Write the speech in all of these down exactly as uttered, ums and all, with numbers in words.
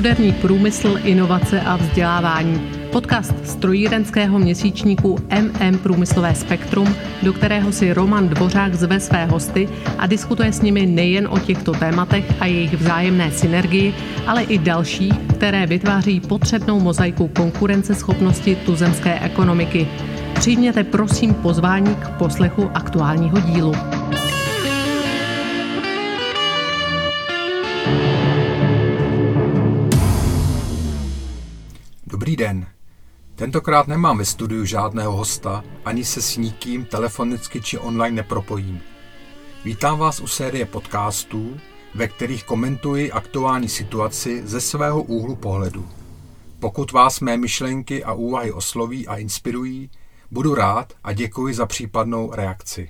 Moderní průmysl, inovace a vzdělávání. Podcast strojírenského měsíčníku M M Průmyslové spektrum, do kterého si Roman Dvořák zve své hosty a diskutuje s nimi nejen o těchto tématech a jejich vzájemné synergii, ale i další, které vytváří potřebnou mozaiku konkurenceschopnosti tuzemské ekonomiky. Přijměte prosím pozvání k poslechu aktuálního dílu. Dobrý den. Tentokrát nemám ve studiu žádného hosta, ani se s nikým telefonicky či online nepropojím. Vítám vás u série podcastů, ve kterých komentuji aktuální situaci ze svého úhlu pohledu. Pokud vás mé myšlenky a úvahy osloví a inspirují, budu rád a děkuji za případnou reakci.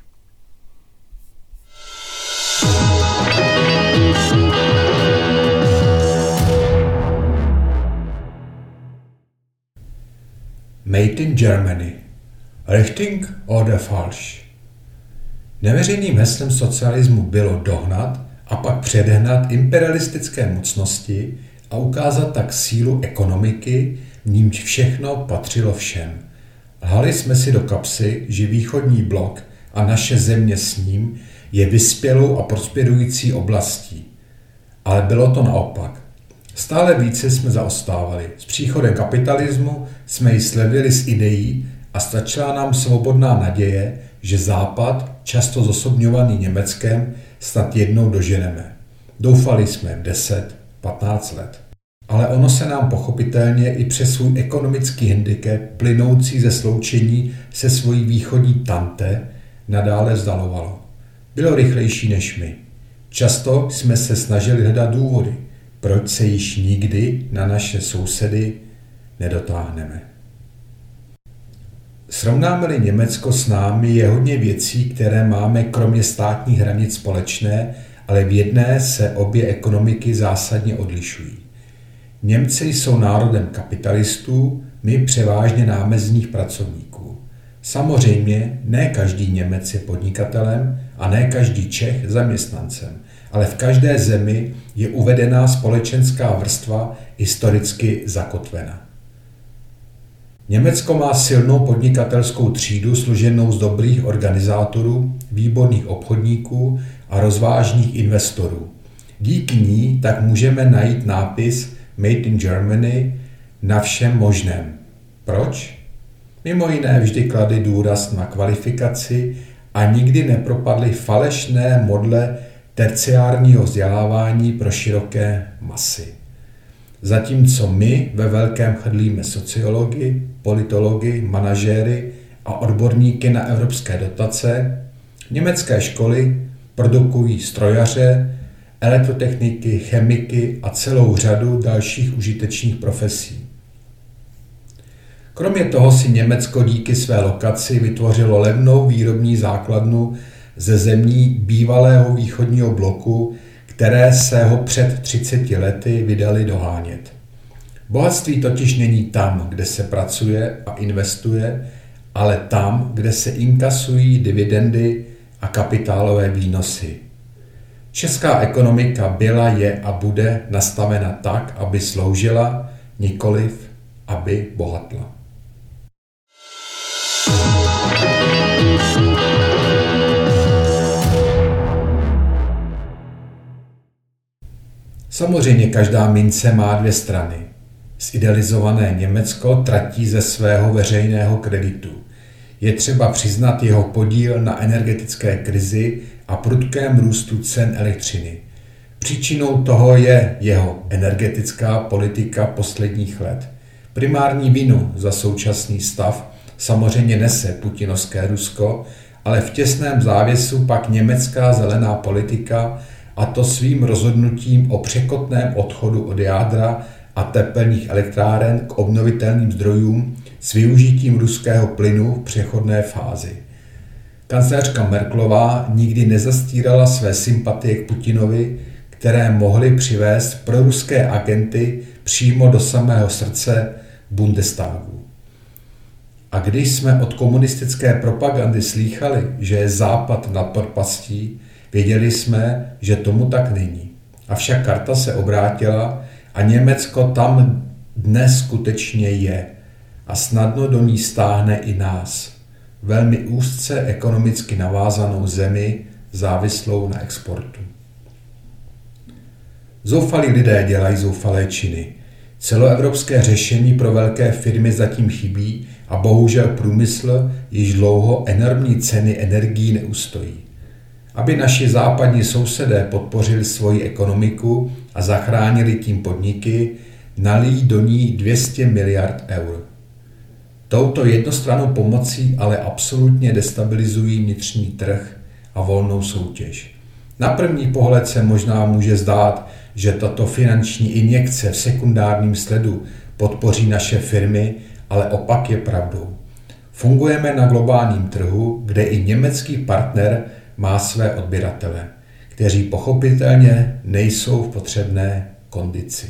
Made in Germany. Richtig oder falsch? Neveřejným heslem socialismu bylo dohnat a pak předehnat imperialistické mocnosti a ukázat tak sílu ekonomiky, v nímž všechno patřilo všem. Lhali jsme si do kapsy, že východní blok a naše země s ním je vyspělou a prosperující oblastí. Ale bylo to naopak. Stále více jsme zaostávali. S příchodem kapitalismu jsme ji slevili z ideí a stačila nám svobodná naděje, že Západ, často zosobňovaný Německem, snad jednou doženeme. Doufali jsme v deset, patnáct let. Ale ono se nám pochopitelně i přes svůj ekonomický handicap plynoucí ze sloučení se svojí východní tante nadále vzdalovalo. Bylo rychlejší než my. Často jsme se snažili hledat důvody, proč se již nikdy na naše sousedy nedotáhneme. Srovnáme-li Německo s námi, je hodně věcí, které máme kromě státních hranic společné, ale v jedné se obě ekonomiky zásadně odlišují. Němci jsou národem kapitalistů, my převážně námezních pracovníků. Samozřejmě ne každý Němec je podnikatelem a ne každý Čech zaměstnancem, ale v každé zemi je uvedená společenská vrstva historicky zakotvena. Německo má silnou podnikatelskou třídu složenou z dobrých organizátorů, výborných obchodníků a rozvážných investorů. Díky ní tak můžeme najít nápis Made in Germany na všem možném. Proč? Mimo jiné vždy kladli důraz na kvalifikaci a nikdy nepropadli falešné modle terciárního vzdělávání pro široké masy. Zatímco my ve velkém chrlíme sociology, politology, manažéry a odborníky na evropské dotace, německé školy produkují strojaře, elektrotechniky, chemiky a celou řadu dalších užitečných profesí. Kromě toho si Německo díky své lokaci vytvořilo levnou výrobní základnu ze zemí bývalého východního bloku, které se ho před třiceti lety vydali dohánět. Bohatství totiž není tam, kde se pracuje a investuje, ale tam, kde se inkasují dividendy a kapitálové výnosy. Česká ekonomika byla, je a bude nastavena tak, aby sloužila, nikoliv, aby bohatla. Samozřejmě každá mince má dvě strany. Zidealizované Německo tratí ze svého veřejného kreditu. Je třeba přiznat jeho podíl na energetické krizi a prudkém růstu cen elektřiny. Příčinou toho je jeho energetická politika posledních let. Primární vinu za současný stav samozřejmě nese putinovské Rusko, ale v těsném závěsu pak německá zelená politika, a to svým rozhodnutím o překotném odchodu od jádra a tepelných elektráren k obnovitelným zdrojům s využitím ruského plynu v přechodné fázi. Kancléřka Merkelová nikdy nezastírala své sympatie k Putinovi, které mohly přivést proruské agenty přímo do samého srdce Bundestagu. A když jsme od komunistické propagandy slýchali, že je Západ nad propastí, věděli jsme, že tomu tak není. Avšak karta se obrátila a Německo tam dnes skutečně je a snadno do ní stáhne i nás, velmi úzce ekonomicky navázanou zemi, závislou na exportu. Zoufalí lidé dělají zoufalé činy. Celoevropské řešení pro velké firmy zatím chybí a bohužel průmysl již dlouho enormní ceny energií neustojí. Aby naši západní sousedé podpořili svoji ekonomiku a zachránili tím podniky, nalíjí do ní dvě stě miliard eur. Touto jednostrannou pomocí ale absolutně destabilizují vnitřní trh a volnou soutěž. Na první pohled se možná může zdát, že tato finanční injekce v sekundárním sledu podpoří naše firmy, ale opak je pravdou. Fungujeme na globálním trhu, kde i německý partner má své odběratele, kteří pochopitelně nejsou v potřebné kondici.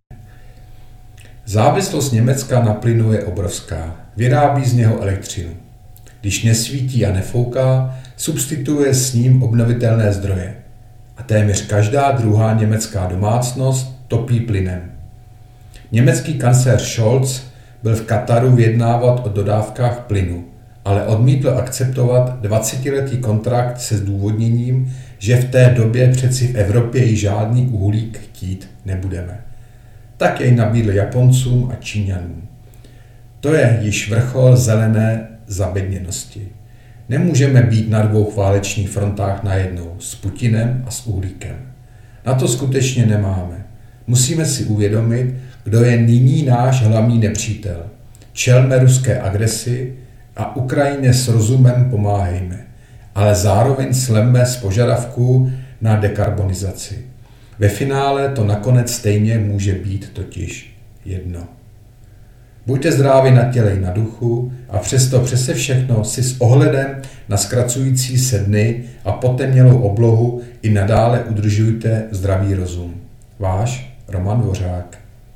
Závislost Německa na plynu je obrovská. Vyrábí z něho elektřinu. Když nesvítí a nefouká, substituje s ním obnovitelné zdroje. A téměř každá druhá německá domácnost topí plynem. Německý kancléř Scholz byl v Kataru vyjednávat o dodávkách plynu, ale odmítl akceptovat dvacetiletý kontrakt se zdůvodněním, že v té době přeci v Evropě i žádný uhlík chtít nebudeme. Tak jej nabídl Japoncům a Číňanům. To je již vrchol zelené zabedněnosti. Nemůžeme být na dvou válečných frontách najednou, s Putinem a s uhlíkem. Na to skutečně nemáme. Musíme si uvědomit, kdo je nyní náš hlavní nepřítel. Čelme ruské agresi a Ukrajině s rozumem pomáhejme, ale zároveň slevme z požadavků na dekarbonizaci. Ve finále to nakonec stejně může být totiž jedno. Buďte zdraví na těle i na duchu a přesto přese všechno si s ohledem na zkracující se dny a potemnělou oblohu i nadále udržujte zdravý rozum. Váš Roman Dvořák.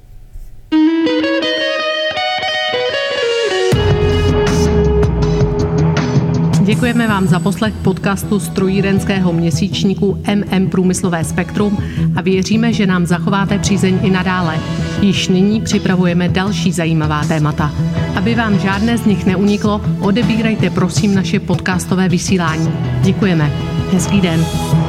Děkujeme vám za poslech podcastu strojírenského měsíčníku M M Průmyslové spektrum a věříme, že nám zachováte přízeň i nadále. Již nyní připravujeme další zajímavá témata. Aby vám žádné z nich neuniklo, odebírejte prosím naše podcastové vysílání. Děkujeme. Hezký den.